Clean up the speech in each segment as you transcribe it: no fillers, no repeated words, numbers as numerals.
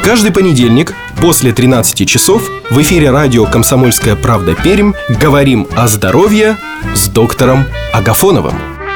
Каждый понедельник после 13 часов в эфире радио «Комсомольская правда» Пермь говорим о здоровье с доктором Агафоновым.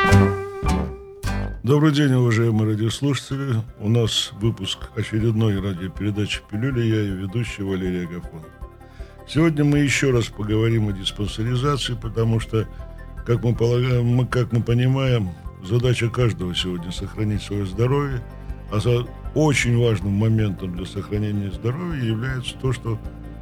Добрый день, уважаемые радиослушатели. У нас выпуск очередной радиопередачи «Пилюля». Я ее ведущий Валерий Агафонов. Сегодня мы еще раз поговорим о диспансеризации, потому что, как мы понимаем, задача каждого сегодня сохранить свое здоровье, а очень важным моментом для сохранения здоровья является то, что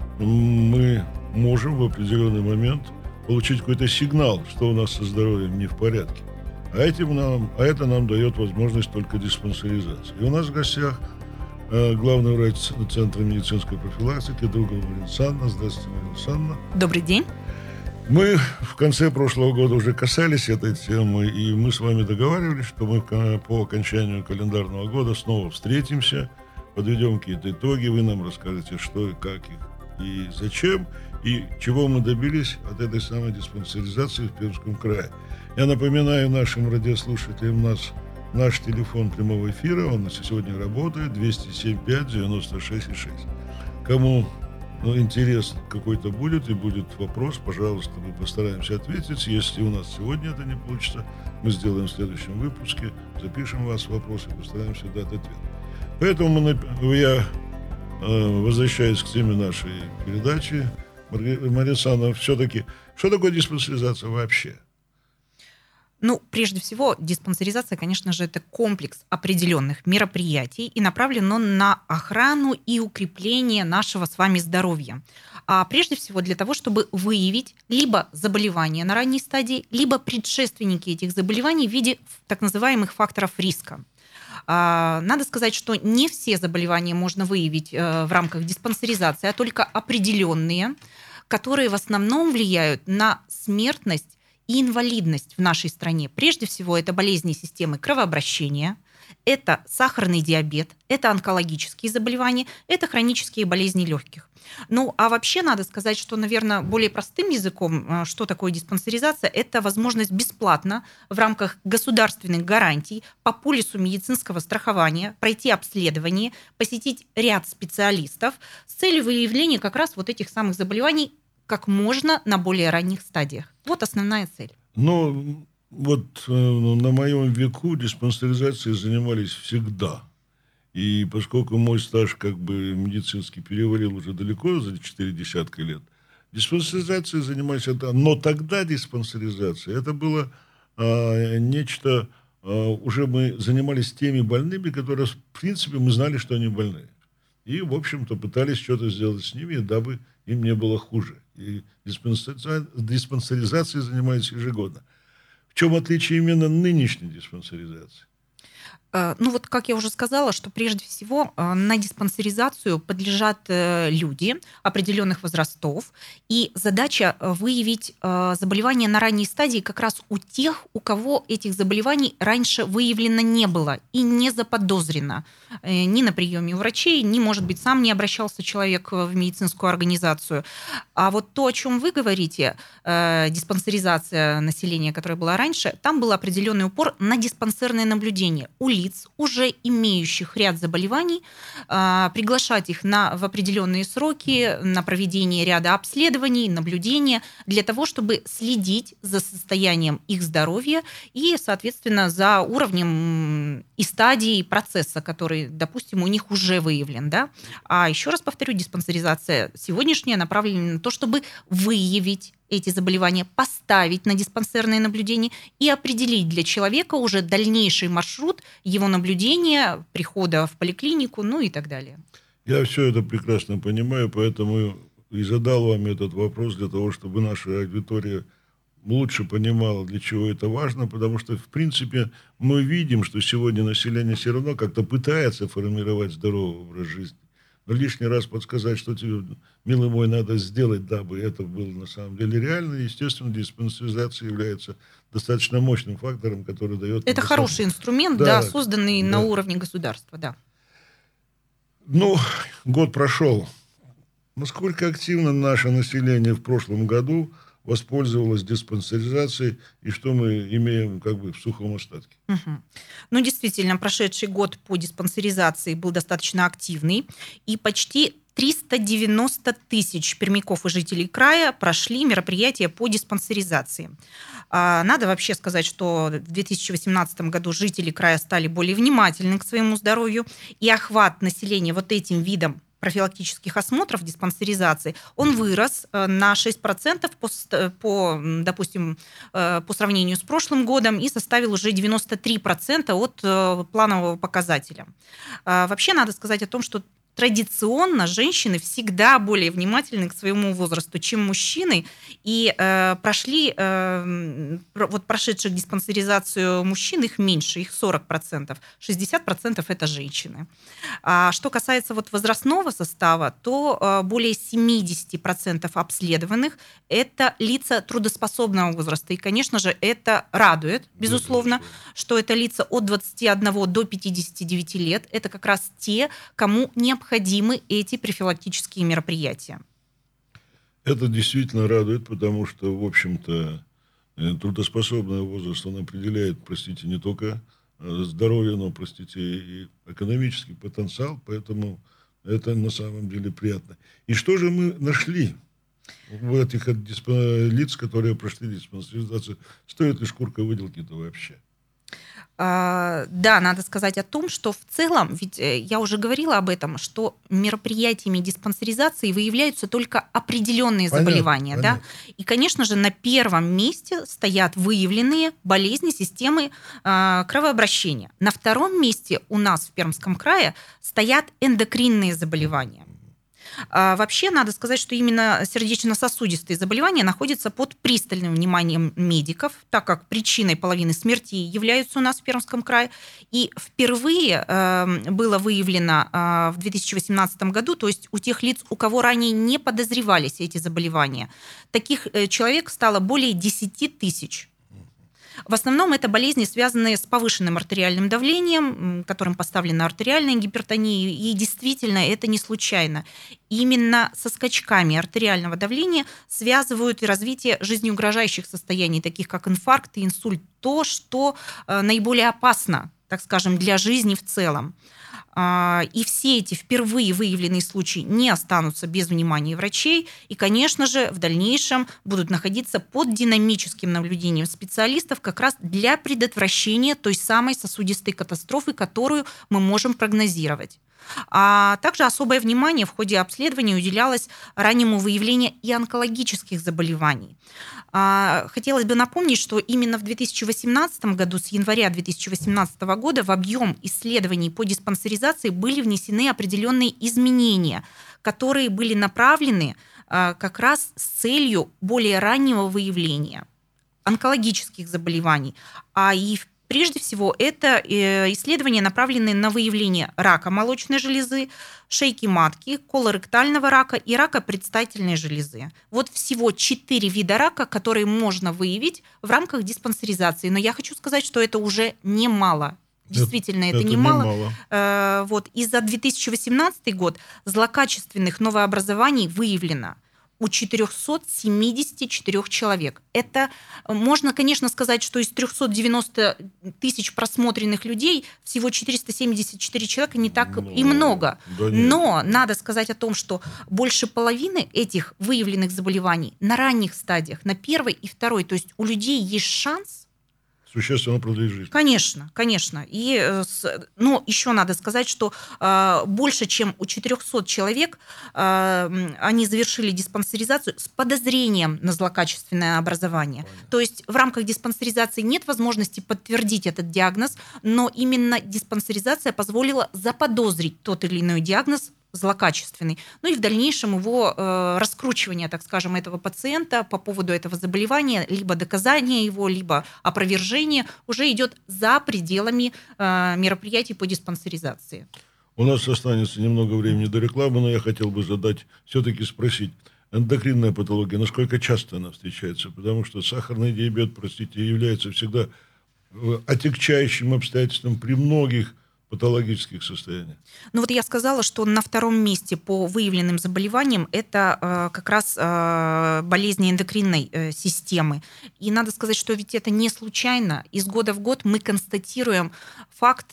мы можем в определенный момент получить какой-то сигнал, что у нас со здоровьем не в порядке. А это нам дает возможность только диспансеризации. И у нас в гостях главный врач Центра медицинской профилактики Другова Марина Александровна. Здравствуйте, Марина Александровна. Добрый день. Мы в конце прошлого года уже касались этой темы, и мы с вами договаривались, что мы по окончанию календарного года снова встретимся, подведем какие-то итоги, вы нам расскажете, что и как и зачем, и чего мы добились от этой самой диспансеризации в Пермском крае. Я напоминаю нашим радиослушателям, наш телефон прямого эфира, он сегодня работает, 207-5-96-6. Кому интерес какой-то будет, и будет вопрос, пожалуйста, мы постараемся ответить. Если у нас сегодня это не получится, мы сделаем в следующем выпуске, запишем вас вопрос и постараемся дать ответ. Поэтому я возвращаюсь к теме нашей передачи. Марина Александровна, все-таки, что такое диспансеризация вообще? Прежде всего, диспансеризация, конечно же, это комплекс определенных мероприятий и направлен он на охрану и укрепление нашего с вами здоровья. А прежде всего для того, чтобы выявить либо заболевания на ранней стадии, либо предшественники этих заболеваний в виде так называемых факторов риска. Надо сказать, что не все заболевания можно выявить в рамках диспансеризации, а только определенные, которые в основном влияют на смертность и инвалидность в нашей стране. Прежде всего, это болезни системы кровообращения, это сахарный диабет, это онкологические заболевания, это хронические болезни легких. А вообще надо сказать, что, наверное, более простым языком, что такое диспансеризация, это возможность бесплатно в рамках государственных гарантий по полису медицинского страхования пройти обследование, посетить ряд специалистов с целью выявления как раз вот этих самых заболеваний как можно на более ранних стадиях. Вот основная цель. На моем веку диспансеризацией занимались всегда. И поскольку мой стаж медицинский перевалил уже далеко за 4 десятка лет, диспансеризацией занимались это. Но тогда диспансеризация, это было нечто, уже мы занимались теми больными, которые, в принципе, мы знали, что они больны. И, в общем-то, пытались что-то сделать с ними, дабы им не было хуже. И диспансеризацией занимаются ежегодно. В чем отличие именно нынешней диспансеризации? Как я уже сказала, что прежде всего на диспансеризацию подлежат люди определенных возрастов, и задача выявить заболевания на ранней стадии как раз у тех, у кого этих заболеваний раньше выявлено не было и не заподозрено ни на приеме у врачей, ни, может быть, сам не обращался человек в медицинскую организацию. А вот то, о чем вы говорите, диспансеризация населения, которая была раньше, там был определенный упор на диспансерное наблюдение у лиц, уже имеющих ряд заболеваний, приглашать их в определенные сроки на проведение ряда обследований, наблюдения, для того, чтобы следить за состоянием их здоровья и, соответственно, за уровнем и стадией процесса, который, допустим, у них уже выявлен. Да? А еще раз повторю, диспансеризация сегодняшняя направлена на то, чтобы выявить эти заболевания, поставить на диспансерное наблюдение и определить для человека уже дальнейший маршрут его наблюдения, прихода в поликлинику, и так далее. Я все это прекрасно понимаю, поэтому и задал вам этот вопрос для того, чтобы наша аудитория лучше понимала, для чего это важно, потому что, в принципе, мы видим, что сегодня население все равно как-то пытается формировать здоровый образ жизни. Но лишний раз подсказать, что тебе, милый мой, надо сделать, дабы это было на самом деле реально. Естественно, диспансеризация является достаточно мощным фактором, который дает... Это хороший инструмент, созданный на уровне государства, да. Год прошел. Насколько активно наше население в прошлом году воспользовалось диспансеризацией и что мы имеем как бы в сухом остатке. Мгм. Ну, действительно, прошедший год по диспансеризации был достаточно активный, и почти 390 тысяч пермяков и жителей края прошли мероприятия по диспансеризации. Надо вообще сказать, что в 2018 году жители края стали более внимательны к своему здоровью, и охват населения вот этим видом профилактических осмотров, диспансеризации, он вырос на 6% допустим, по сравнению с прошлым годом и составил уже 93% от планового показателя. Вообще надо сказать о том, что традиционно женщины всегда более внимательны к своему возрасту, чем мужчины. И прошедших диспансеризацию мужчин их меньше, их 40%. 60% это женщины. А что касается возрастного состава, то более 70% обследованных это лица трудоспособного возраста. И, конечно же, это радует, безусловно, что это лица от 21 до 59 лет. Это как раз те, кому необходимы эти профилактические мероприятия. Это действительно радует, потому что, в общем-то, трудоспособный возраст, он определяет, простите, не только здоровье, но, простите, и экономический потенциал, поэтому это на самом деле приятно. И что же мы нашли в этих лиц, которые прошли диспансеризацию? Стоит ли шкурка выделки-то вообще? Да, надо сказать о том, что в целом, ведь я уже говорила об этом, что мероприятиями диспансеризации выявляются только определенные заболевания. Понятно. Да? И, конечно же, на первом месте стоят выявленные болезни системы кровообращения. На втором месте у нас в Пермском крае стоят эндокринные заболевания. Вообще, надо сказать, что именно сердечно-сосудистые заболевания находятся под пристальным вниманием медиков, так как причиной половины смертей являются у нас в Пермском крае. И впервые было выявлено в 2018 году, то есть у тех лиц, у кого ранее не подозревались эти заболевания, таких человек стало более 10 тысяч. В основном это болезни, связанные с повышенным артериальным давлением, которым поставлена артериальная гипертония, и действительно это не случайно. Именно со скачками артериального давления связывают и развитие жизнеугрожающих состояний, таких как инфаркт и инсульт, то, что наиболее опасно, так скажем, для жизни в целом. И все эти впервые выявленные случаи не останутся без внимания врачей и, конечно же, в дальнейшем будут находиться под динамическим наблюдением специалистов как раз для предотвращения той самой сосудистой катастрофы, которую мы можем прогнозировать. А также особое внимание в ходе обследования уделялось раннему выявлению и онкологических заболеваний. Хотелось бы напомнить, что именно в 2018 году, с января 2018 года, в объем исследований по диспансеризации были внесены определенные изменения, которые были направлены как раз с целью более раннего выявления онкологических заболеваний. Прежде всего, это исследования, направленные на выявление рака молочной железы, шейки матки, колоректального рака и рака предстательной железы. Вот всего 4 вида рака, которые можно выявить в рамках диспансеризации. Но я хочу сказать, что это уже немало. Действительно, это немало. И за 2018 год злокачественных новообразований выявлено у 474 человек. Это можно, конечно, сказать, что из 390 тысяч просмотренных людей всего 474 человека не так и много. Да но надо сказать о том, что больше половины этих выявленных заболеваний на ранних стадиях, на первой и второй. То есть у людей есть шанс существенно продлить жизнь. Конечно. Но еще надо сказать, что больше, чем у 400 человек они завершили диспансеризацию с подозрением на злокачественное образование. Понятно. То есть в рамках диспансеризации нет возможности подтвердить этот диагноз, но именно диспансеризация позволила заподозрить тот или иной диагноз злокачественный. Ну и в дальнейшем его раскручивание, так скажем, этого пациента по поводу этого заболевания, либо доказание его, либо опровержение уже идет за пределами мероприятий по диспансеризации. У нас останется немного времени до рекламы, но я хотел бы все-таки спросить, эндокринная патология, насколько часто она встречается? Потому что сахарный диабет, является всегда отягчающим обстоятельством при многих патологических состояний? Ну вот я сказала, что на втором месте по выявленным заболеваниям это как раз болезни эндокринной системы. И надо сказать, что ведь это не случайно. Из года в год мы констатируем факт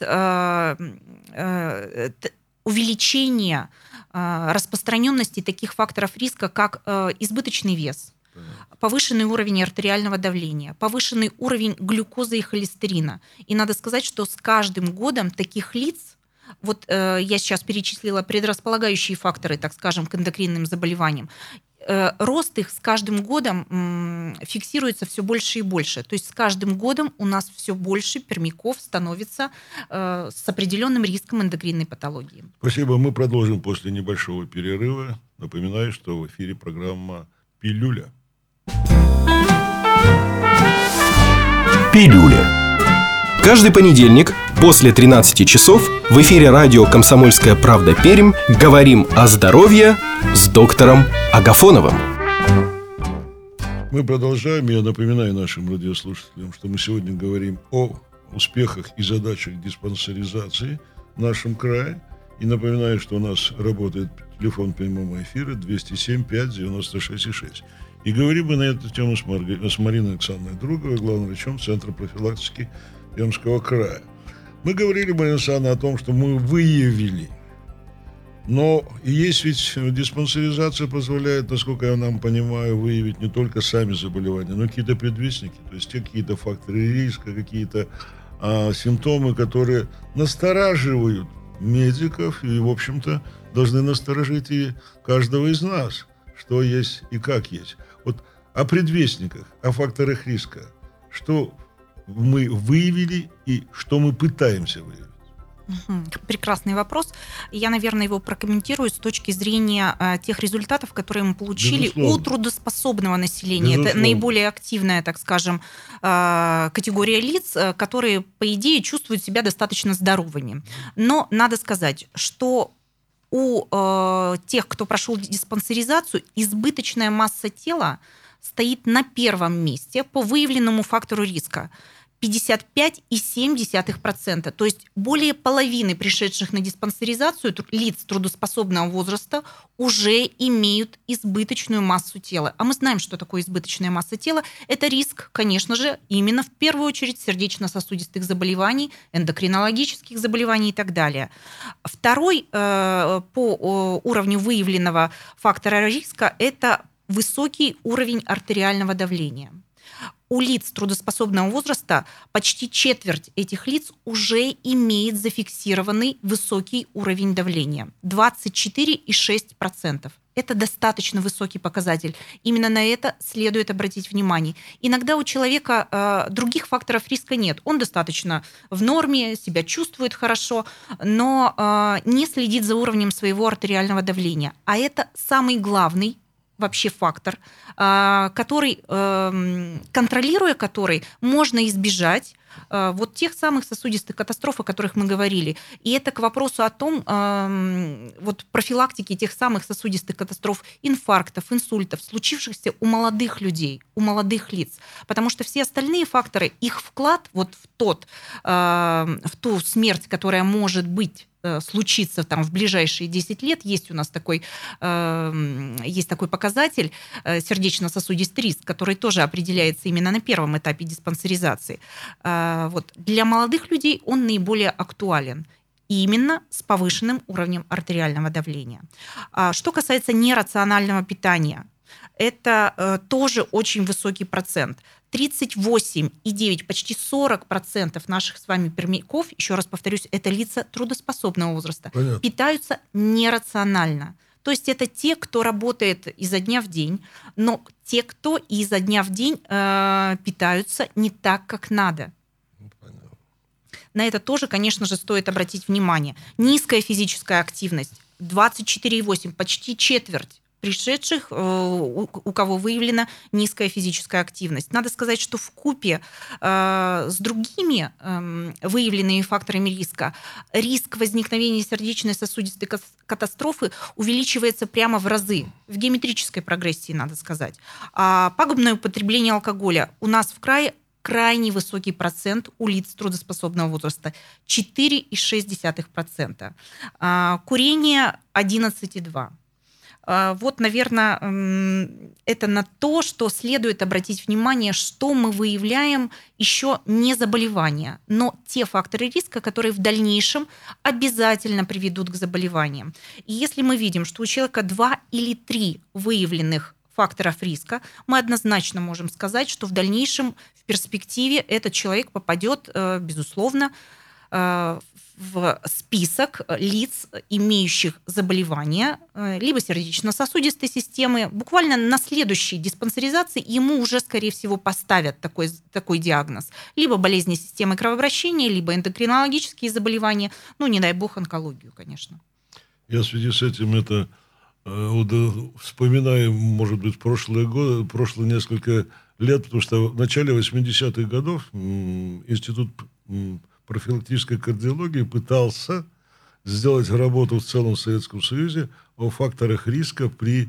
увеличения распространенности таких факторов риска, как избыточный вес, повышенный уровень артериального давления, повышенный уровень глюкозы и холестерина. И надо сказать, что с каждым годом таких лиц, вот я сейчас перечислила предрасполагающие факторы, так скажем, к эндокринным заболеваниям, рост их с каждым годом фиксируется все больше и больше. То есть с каждым годом у нас все больше пермяков становится с определенным риском эндокринной патологии. Спасибо. Мы продолжим после небольшого перерыва. Напоминаю, что в эфире программа «Пилюля». Пилюля. Каждый понедельник после 13 часов в эфире радио «Комсомольская правда. Пермь» говорим о здоровье с доктором Агафоновым. Мы продолжаем. Я напоминаю нашим радиослушателям, что мы сегодня говорим о успехах и задачах диспансеризации в нашем крае. И напоминаю, что у нас работает телефон прямого эфира 207-5-96-6. И говорим мы на эту тему с Мариной Александровной Друговой, главным врачом Центра профилактики Пермского края. Мы говорили, Марина Александровна, о том, что мы выявили. Но есть ведь диспансеризация позволяет, насколько я нам понимаю, выявить не только сами заболевания, но и какие-то предвестники, то есть те какие-то факторы риска, какие-то симптомы, которые настораживают медиков и, в общем-то, должны насторожить и каждого из нас, что есть и как есть. Вот о предвестниках, о факторах риска, что мы выявили и что мы пытаемся выявить. Прекрасный вопрос. Я, наверное, его прокомментирую с точки зрения тех результатов, которые мы получили у трудоспособного населения. Безусловно. Это наиболее активная, так скажем, категория лиц, которые, по идее, чувствуют себя достаточно здоровыми. Но надо сказать, что у тех, кто прошел диспансеризацию, избыточная масса тела стоит на первом месте по выявленному фактору риска. 55,7%. То есть более половины пришедших на диспансеризацию лиц трудоспособного возраста уже имеют избыточную массу тела. А мы знаем, что такое избыточная масса тела. Это риск, конечно же, именно в первую очередь сердечно-сосудистых заболеваний, эндокринологических заболеваний и так далее. Второй по уровню выявленного фактора риска – это высокий уровень артериального давления. У лиц трудоспособного возраста почти четверть этих лиц уже имеет зафиксированный высокий уровень давления – 24,6%. Это достаточно высокий показатель. Именно на это следует обратить внимание. Иногда у человека других факторов риска нет. Он достаточно в норме, себя чувствует хорошо, но не следит за уровнем своего артериального давления. А это самый главный вообще фактор, который, контролируя который, можно избежать вот тех самых сосудистых катастроф, о которых мы говорили. И это к вопросу о том, вот профилактике тех самых сосудистых катастроф, инфарктов, инсультов, случившихся у молодых людей, у молодых лиц. Потому что все остальные факторы, их вклад вот в ту смерть, которая может быть, случится там в ближайшие 10 лет. Есть у нас такой показатель сердечно-сосудистый риск, который тоже определяется именно на первом этапе диспансеризации. Вот. Для молодых людей он наиболее актуален. Именно с повышенным уровнем артериального давления. Что касается нерационального питания, это тоже очень высокий процент. 38,9, почти 40% наших с вами пермяков, еще раз повторюсь, это лица трудоспособного возраста, Понятно. Питаются нерационально. То есть это те, кто работает изо дня в день, но те, кто изо дня в день питаются не так, как надо. На это тоже, конечно же, стоит обратить внимание. Низкая физическая активность, 24,8, почти четверть пришедших, у кого выявлена низкая физическая активность. Надо сказать, что вкупе с другими выявленными факторами риска риск возникновения сердечно-сосудистой катастрофы увеличивается прямо в разы, в геометрической прогрессии, надо сказать. А пагубное употребление алкоголя у нас в крае крайне высокий процент у лиц трудоспособного возраста – 4,6%. Курение – 11,2%. Вот, наверное, это на то, что следует обратить внимание, что мы выявляем еще не заболевания, но те факторы риска, которые в дальнейшем обязательно приведут к заболеваниям. И если мы видим, что у человека 2 или 3 выявленных факторов риска, мы однозначно можем сказать, что в дальнейшем, в перспективе этот человек попадет, безусловно, в список лиц, имеющих заболевания либо сердечно-сосудистой системы. Буквально на следующей диспансеризации ему уже, скорее всего, поставят такой диагноз. Либо болезни системы кровообращения, либо эндокринологические заболевания, ну, не дай бог, онкологию, конечно. Я в связи с этим вспоминаю, может быть, прошлые несколько лет, потому что в начале 80-х годов Институт профилактической кардиологии пытался сделать работу в целом Советском Союзе о факторах риска и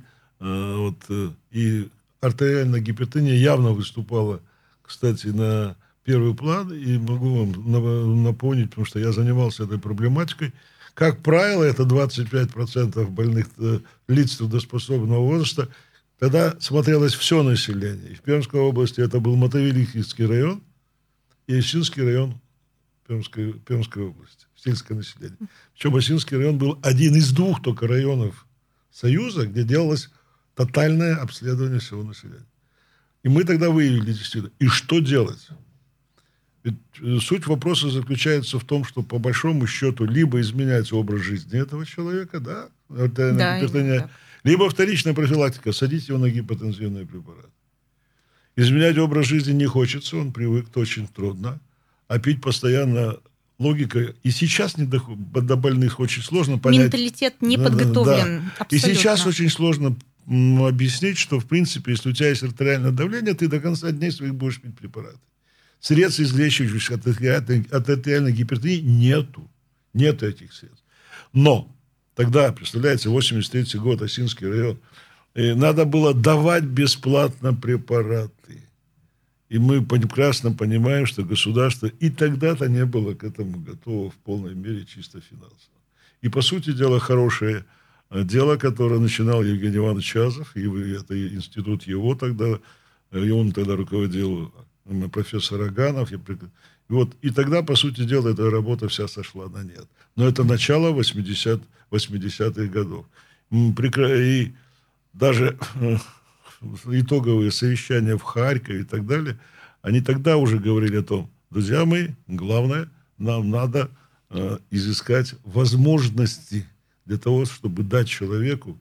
артериальная гипертония явно выступала, кстати, на первый план, и могу вам напомнить, потому что я занимался этой проблематикой. Как правило, это 25% больных лиц трудоспособного возраста. Тогда смотрелось все население. И в Пермской области это был Мотовилихинский район и Осинский район Пермской области, сельское население. Причем Осинский район был один из 2 только районов Союза, где делалось тотальное обследование всего населения. И мы тогда выявили действительно. И что делать? Ведь суть вопроса заключается в том, что по большому счету либо изменять образ жизни этого человека, да, гипертония, либо вторичная профилактика, садить его на гипотензивные препараты. Изменять образ жизни не хочется, он привык, это очень трудно. А пить постоянно логика. И сейчас до больных очень сложно понять. Менталитет не подготовлен. Да. Абсолютно. И сейчас очень сложно объяснить, что, в принципе, если у тебя есть артериальное давление, ты до конца дней своих будешь пить препараты. Средств, излечивающих от артериальной гипертонии, нету. Нет этих средств. Но тогда, представляете, 83-й год, Осинский район, надо было давать бесплатно препараты. И мы прекрасно понимаем, что государство и тогда-то не было к этому готово в полной мере чисто финансово. И, по сути дела, хорошее дело, которое начинал Евгений Иванович Чазов, и это институт его тогда, и он тогда руководил профессор Аганов. И тогда, по сути дела, эта работа вся сошла на нет. Но это начало 80-х годов. И даже итоговые совещания в Харькове и так далее, они тогда уже говорили о том, друзья мои, главное, нам надо изыскать возможности для того, чтобы дать человеку,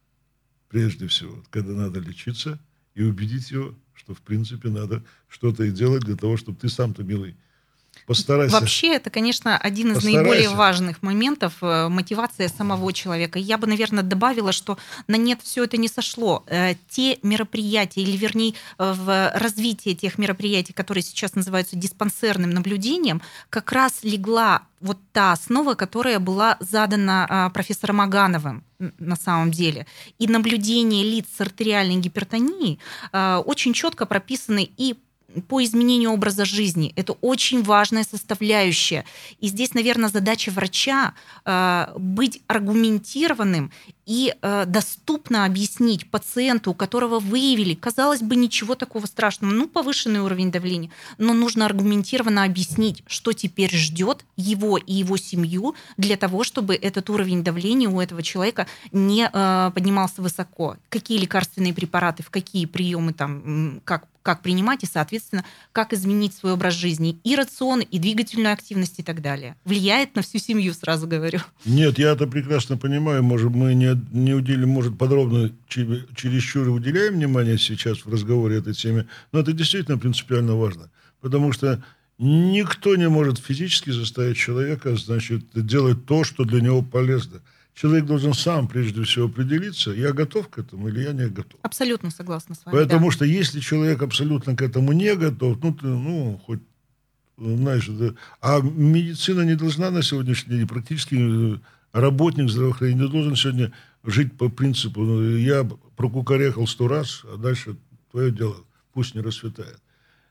прежде всего, когда надо лечиться, и убедить его, что, в принципе, надо что-то и делать для того, чтобы ты сам-то, милый, постарайся. Вообще, это, конечно, один из наиболее важных моментов мотивация самого человека. Я бы, наверное, добавила, что на нет все это не сошло. Те мероприятия, или, вернее, в развитии тех мероприятий, которые сейчас называются диспансерным наблюдением, как раз легла вот та основа, которая была задана профессором Агановым на самом деле. И наблюдение лиц с артериальной гипертонией очень четко прописаны и по изменению образа жизни. Это очень важная составляющая. И здесь, наверное, задача врача быть аргументированным и доступно объяснить пациенту, у которого выявили, казалось бы, ничего такого страшного, повышенный уровень давления, но нужно аргументированно объяснить, что теперь ждет его и его семью для того, чтобы этот уровень давления у этого человека не поднимался высоко. Какие лекарственные препараты, в какие приемы там, как принимать и, соответственно, как изменить свой образ жизни, и рацион, и двигательную активность и так далее. Влияет на всю семью, сразу говорю. Нет, я это прекрасно понимаю. Может, мы не уделим, может, подробно, чересчур уделяем внимание сейчас в разговоре этой теме, но это действительно принципиально важно. Потому что никто не может физически заставить человека, значит, делать то, что для него полезно. Человек должен сам, прежде всего, определиться, я готов к этому или я не готов. Абсолютно согласна с вами. Потому что если человек абсолютно к этому не готов, хоть, знаешь, а медицина не должна на сегодняшний день, практически работник здравоохранения не должен сегодня жить по принципу, я прокукарекал 100 раз, а дальше твое дело, пусть не расцветает.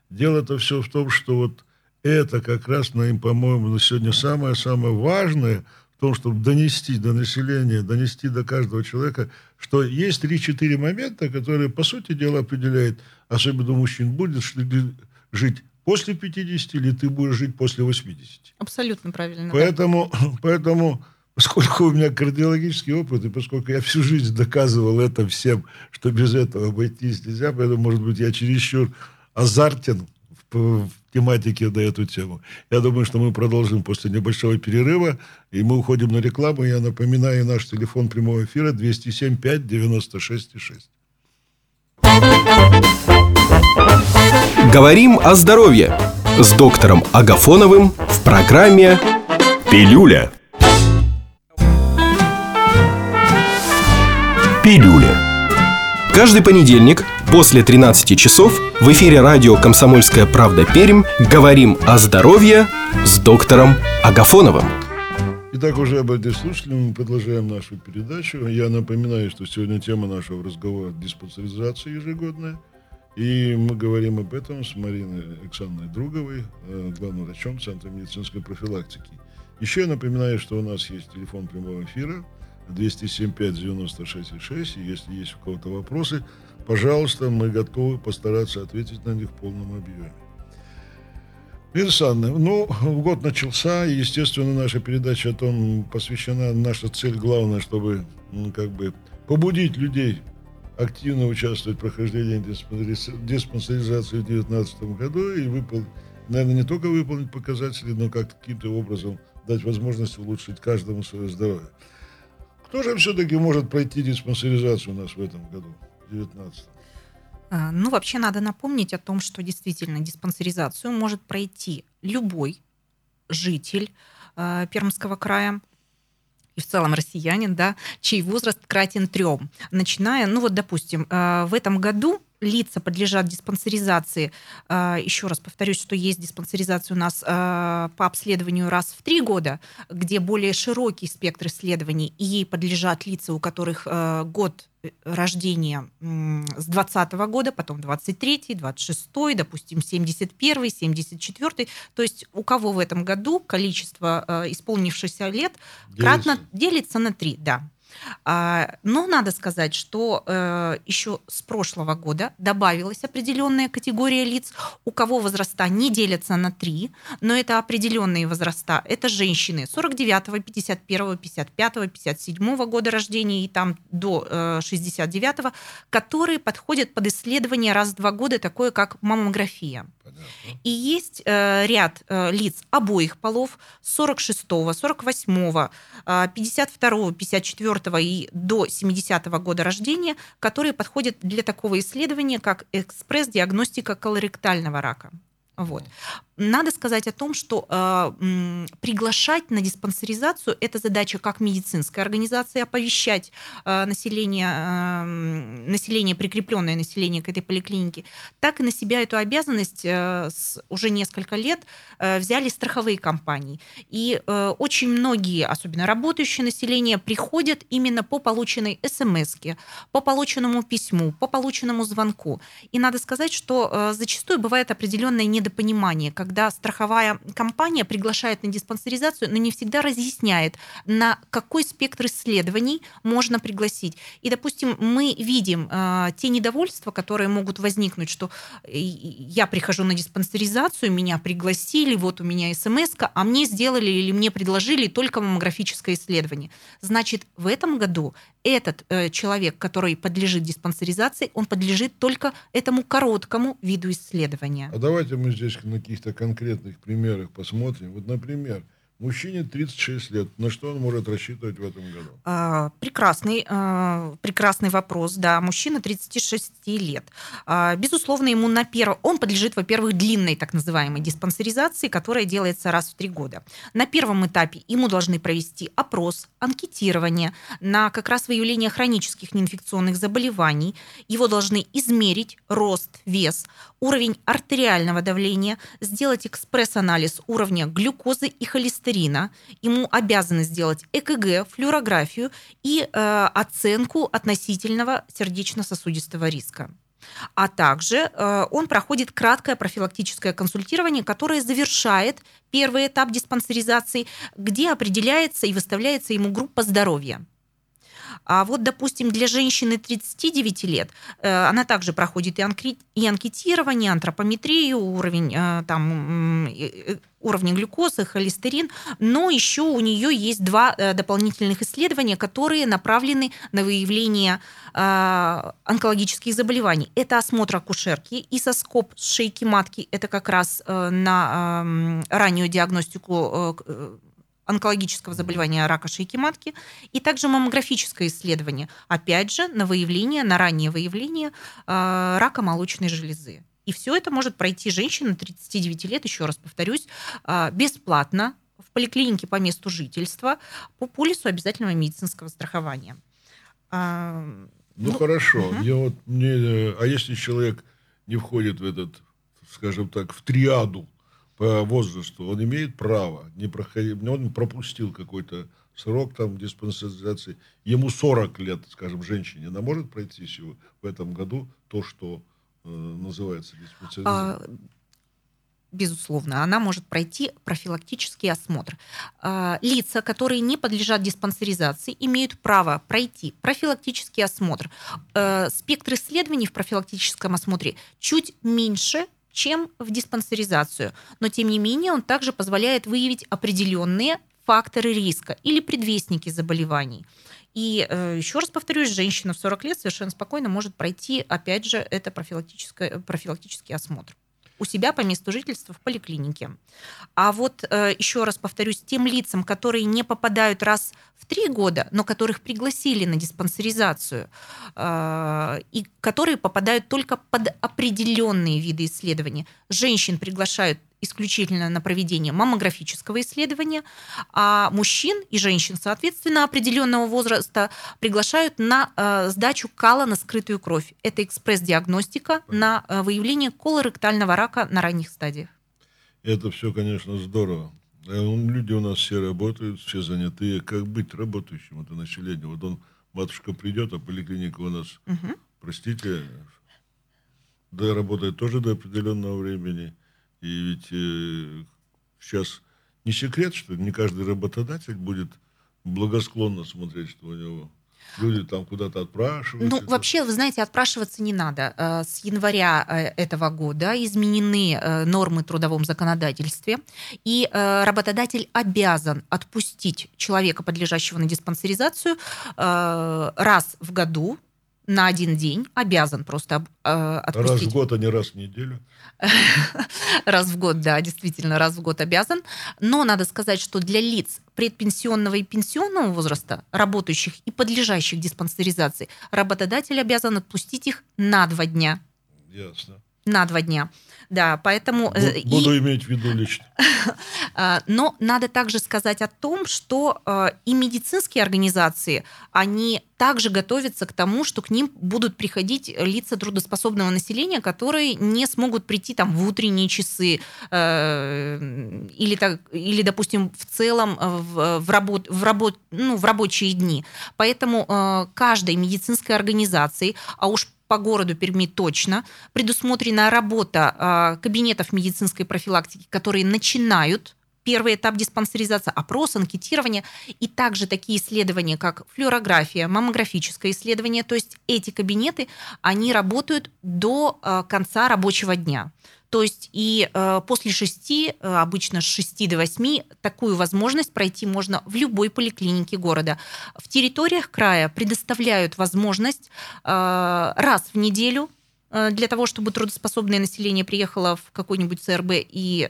Дело-то все в том, что вот это как раз, по-моему, на сегодня самое-самое важное в том, чтобы донести до населения, донести до каждого человека, что есть 3-4 момента, которые, по сути дела, определяют, особенно у мужчин, будешь ли ты жить после 50 или ты будешь жить после 80. Абсолютно правильно. Поэтому, поскольку у меня кардиологический опыт, и поскольку я всю жизнь доказывал это всем, что без этого обойтись нельзя, поэтому, может быть, я чересчур азартен в тематике на эту тему. Я думаю, что мы продолжим после небольшого перерыва, и мы уходим на рекламу. Я напоминаю, наш телефон прямого эфира 207-5-96-6. Говорим о здоровье с доктором Агафоновым в программе «Пилюля». Пилюля. Каждый понедельник после 13 часов в эфире радио «Комсомольская правда» Пермь говорим о здоровье с доктором Агафоновым. Итак, уважаемые слушатели, мы продолжаем нашу передачу. Я напоминаю, что сегодня тема нашего разговора – диспансеризация ежегодная. И мы говорим об этом с Мариной Александровной Друговой, главным врачом Центра медицинской профилактики. Еще я напоминаю, что у нас есть телефон прямого эфира 207-5-96-6. И если есть у кого-то вопросы, пожалуйста, мы готовы постараться ответить на них в полном объеме. Александра, год начался, и, естественно, наша передача о том посвящена, наша цель главная, чтобы побудить людей активно участвовать в прохождении диспансеризации в 2019 году и, наверное, не только выполнить показатели, но каким-то образом дать возможность улучшить каждому свое здоровье. Кто же все-таки может пройти диспансеризацию у нас в этом году, в 2019? Вообще надо напомнить о том, что действительно диспансеризацию может пройти любой житель Пермского края и в целом россиянин, да, чей возраст кратен 3. Начиная, допустим, в этом году лица подлежат диспансеризации. Еще раз повторюсь, что есть диспансеризация у нас по обследованию раз в 3 года, где более широкий спектр исследований, и ей подлежат лица, у которых год рождения с 2020 года, потом 23-й, 26-й, допустим, 71-й, 74-й. То есть у кого в этом году количество исполнившихся лет кратно делится на 3, да. Но надо сказать, что еще с прошлого года добавилась определенная категория лиц, у кого возраста не делятся на 3, но это определенные возраста. Это женщины 49-го, 51-го, 55-го, 57-го года рождения и там до 69-го, которые подходят под исследование раз в 2 года, такое как маммография. Понятно. И есть ряд лиц обоих полов 46-го, 48-го, 52-го, 54-го и до 70-го года рождения, которые подходят для такого исследования, как экспресс-диагностика колоректального рака. Вот. Надо сказать о том, что приглашать на диспансеризацию – это задача как медицинской организации, оповещать население, прикрепленное население к этой поликлинике, так и на себя эту обязанность уже несколько лет взяли страховые компании. И очень многие, особенно работающее население, приходят именно по полученной смс-ке, по полученному письму, по полученному звонку. И надо сказать, что зачастую бывает определенное недопонимание, когда страховая компания приглашает на диспансеризацию, но не всегда разъясняет, на какой спектр исследований можно пригласить. И, допустим, мы видим те недовольства, которые могут возникнуть, что я прихожу на диспансеризацию, меня пригласили, вот у меня смс-ка, а мне сделали или мне предложили только маммографическое исследование. Значит, в этом году этот человек, который подлежит диспансеризации, он подлежит только этому короткому виду исследования. А давайте мы здесь на каких-то конкретных примерах посмотрим. Вот, например, мужчине 36 лет. На что он может рассчитывать в этом году? Прекрасный вопрос. Да, мужчина 36 лет. Безусловно, он подлежит, во-первых, длинной так называемой диспансеризации, которая делается раз в 3 года. На первом этапе ему должны провести опрос, анкетирование на как раз выявление хронических неинфекционных заболеваний. Его должны измерить рост, вес, уровень артериального давления, сделать экспресс-анализ уровня глюкозы и холестерина. Ему обязаны сделать ЭКГ, флюорографию и оценку относительного сердечно-сосудистого риска. А также он проходит краткое профилактическое консультирование, которое завершает первый этап диспансеризации, где определяется и выставляется ему группа здоровья. А вот, допустим, для женщины 39 лет она также проходит и анкетирование, антропометрию, уровень глюкозы, холестерин, но еще у нее есть два дополнительных исследования, которые направлены на выявление онкологических заболеваний. Это осмотр акушерки, исоскоп с шейки матки, это как раз на раннюю диагностику онкологического заболевания рака шейки матки, и также маммографическое исследование, опять же, на раннее выявление рака молочной железы. И все это может пройти женщина 39 лет, еще раз повторюсь, бесплатно в поликлинике по месту жительства по полису обязательного медицинского страхования. Хорошо. А если человек не входит в этот, скажем так, в триаду по возрасту, он имеет право не проходить, он пропустил какой-то срок диспансеризации, ему 40 лет, скажем, женщине, она может пройти в этом году то, что называется диспансеризацией? Безусловно, она может пройти профилактический осмотр. Лица, которые не подлежат диспансеризации, имеют право пройти профилактический осмотр. Спектр исследований в профилактическом осмотре чуть меньше, чем в диспансеризацию. Но, тем не менее, он также позволяет выявить определенные факторы риска или предвестники заболеваний. И еще раз повторюсь, женщина в 40 лет совершенно спокойно может пройти, опять же, это профилактический осмотр у себя по месту жительства в поликлинике. А вот еще раз повторюсь, тем лицам, которые не попадают раз в 3 года, но которых пригласили на диспансеризацию, и которые попадают только под определенные виды исследований, женщин приглашают исключительно на проведение маммографического исследования, а мужчин и женщин, соответственно, определенного возраста приглашают на сдачу кала на скрытую кровь. Это экспресс-диагностика на выявление колоректального рака на ранних стадиях. Это все, конечно, здорово. Люди у нас все работают, все занятые. Как быть работающим, это население? Вот матушка придет, а поликлиника у нас, простите, работает тоже до определенного времени. И ведь сейчас не секрет, что не каждый работодатель будет благосклонно смотреть, что у него люди куда-то отпрашиваются. Вообще, вы знаете, отпрашиваться не надо. С января этого года изменены нормы в трудовом законодательстве, и работодатель обязан отпустить человека, подлежащего на диспансеризацию, раз в году, на 1 день, обязан просто отпустить. Раз в год, а не раз в неделю. Раз в год, да, действительно, раз в год обязан. Но надо сказать, что для лиц предпенсионного и пенсионного возраста, работающих и подлежащих диспансеризации, работодатель обязан отпустить их на 2 дня. Ясно. На 2 дня. Да, поэтому... Буду иметь в виду лично. Но надо также сказать о том, что и медицинские организации, они также готовятся к тому, что к ним будут приходить лица трудоспособного населения, которые не смогут прийти в утренние часы или, допустим, в целом в рабочие дни. Поэтому каждой медицинской организации, а уж по городу Перми точно, предусмотрена работа кабинетов медицинской профилактики, которые начинают первый этап диспансеризации, опрос, анкетирование, и также такие исследования, как флюорография, маммографическое исследование. То есть эти кабинеты, они работают до конца рабочего дня. То есть и после 6, обычно с 6 до 8, такую возможность пройти можно в любой поликлинике города. В территориях края предоставляют возможность раз в неделю для того, чтобы трудоспособное население приехало в какой-нибудь ЦРБ и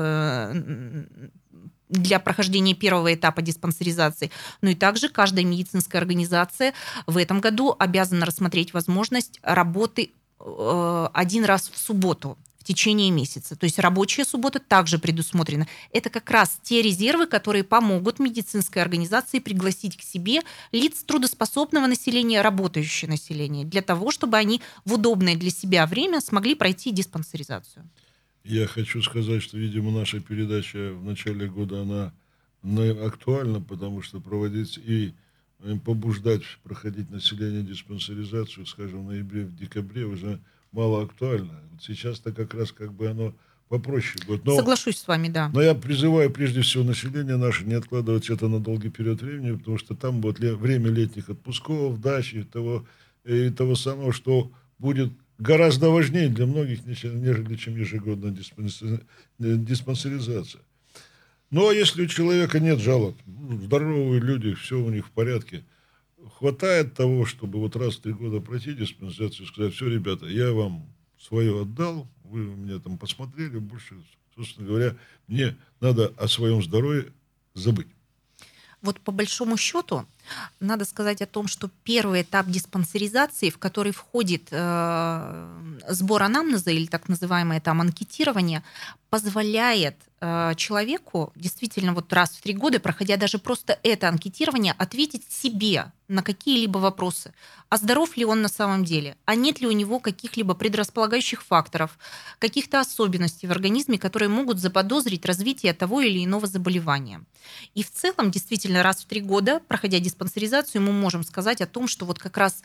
для прохождения первого этапа диспансеризации. Ну и также каждая медицинская организация в этом году обязана рассмотреть возможность работы 1 раз в субботу в течение месяца. То есть рабочая суббота также предусмотрена. Это как раз те резервы, которые помогут медицинской организации пригласить к себе лиц трудоспособного населения, работающее население, для того, чтобы они в удобное для себя время смогли пройти диспансеризацию. Я хочу сказать, что, видимо, наша передача в начале года, она актуальна, потому что проводить и побуждать проходить население диспансеризацию, скажем, в ноябре, в декабре уже мало актуально. Вот сейчас-то как раз как бы оно попроще будет. Но, Соглашусь с вами, да. но я призываю прежде всего население наше не откладывать это на долгий период времени, потому что там будет время летних отпусков, дачи и того самого, что будет гораздо важнее для многих, нежели чем ежегодная диспансеризация. Ну, а если у человека нет жалоб, здоровые люди, все у них в порядке, хватает того, чтобы вот раз в 3 года пройти диспансеризацию и сказать: все, ребята, я вам свое отдал, вы меня там посмотрели, больше, собственно говоря, мне надо о своем здоровье забыть. Вот по большому счету надо сказать о том, что первый этап диспансеризации, в который входит сбор анамнеза или так называемое там анкетирование, позволяет человеку действительно вот раз в 3 года, проходя даже просто это анкетирование, ответить себе на какие-либо вопросы. А здоров ли он на самом деле? А нет ли у него каких-либо предрасполагающих факторов, каких-то особенностей в организме, которые могут заподозрить развитие того или иного заболевания? И в целом, действительно, раз в 3 года, проходя диспансеризацию, мы можем сказать о том, что вот как раз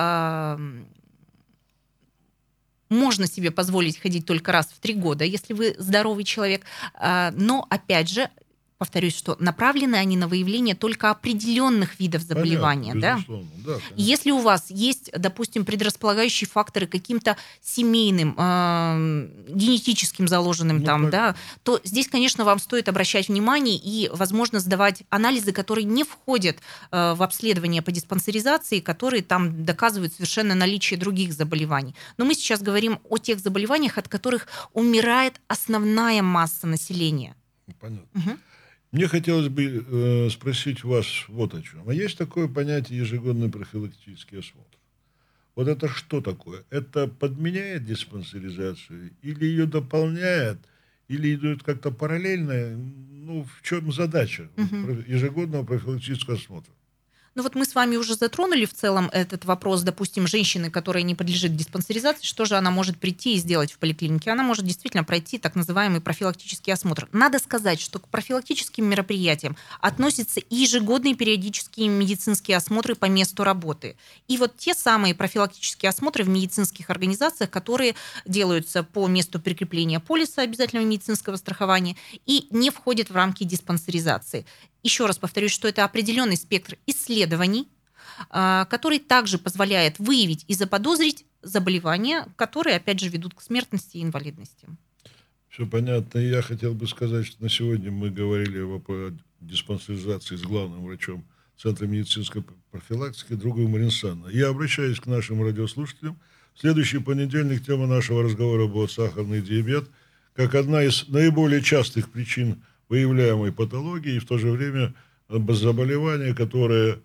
можно себе позволить ходить только раз в 3 года, если вы здоровый человек. Но, опять же, повторюсь, что направлены они на выявление только определенных видов заболевания. Понятно, Да? да, Если у вас есть, допустим, предрасполагающие факторы каким-то семейным, генетическим заложенным да, то здесь, конечно, вам стоит обращать внимание и, возможно, сдавать анализы, которые не входят в обследование по диспансеризации, которые там доказывают совершенно наличие других заболеваний. Но мы сейчас говорим о тех заболеваниях, от которых умирает основная масса населения. Понятно. Угу. Мне хотелось бы спросить вас вот о чем. А есть такое понятие ежегодный профилактический осмотр? Вот это что такое? Это подменяет диспансеризацию или ее дополняет, или идет как-то параллельно? Ну, в чем задача ежегодного профилактического осмотра? Ну вот мы с вами уже затронули в целом этот вопрос, допустим, женщины, которая не подлежит диспансеризации, что же она может прийти и сделать в поликлинике? Она может действительно пройти так называемый профилактический осмотр. Надо сказать, что к профилактическим мероприятиям относятся и ежегодные периодические медицинские осмотры по месту работы. И вот те самые профилактические осмотры в медицинских организациях, которые делаются по месту прикрепления полиса обязательного медицинского страхования и не входят в рамки диспансеризации. Еще раз повторюсь, что это определенный спектр исследований, который также позволяет выявить и заподозрить заболевания, которые, опять же, ведут к смертности и инвалидности. Все понятно. Я хотел бы сказать, что на сегодня мы говорили о диспансеризации с главным врачом Центра медицинской профилактики, другой Марина Александровна. Я обращаюсь к нашим радиослушателям. В следующий понедельник тема нашего разговора будет сахарный диабет, как одна из наиболее частых причин выявляемой патологии и в то же время заболевание, которое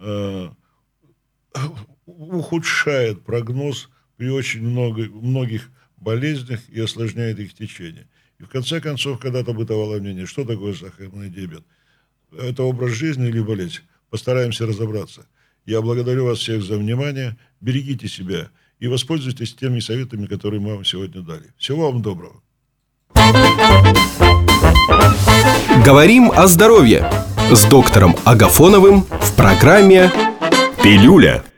ухудшает прогноз при очень многих болезнях и осложняет их течение. И в конце концов, когда-то бытовало мнение, что такое сахарный диабет? Это образ жизни или болезнь? Постараемся разобраться. Я благодарю вас всех за внимание. Берегите себя и воспользуйтесь теми советами, которые мы вам сегодня дали. Всего вам доброго. Говорим о здоровье с доктором Агафоновым в программе «Пилюля».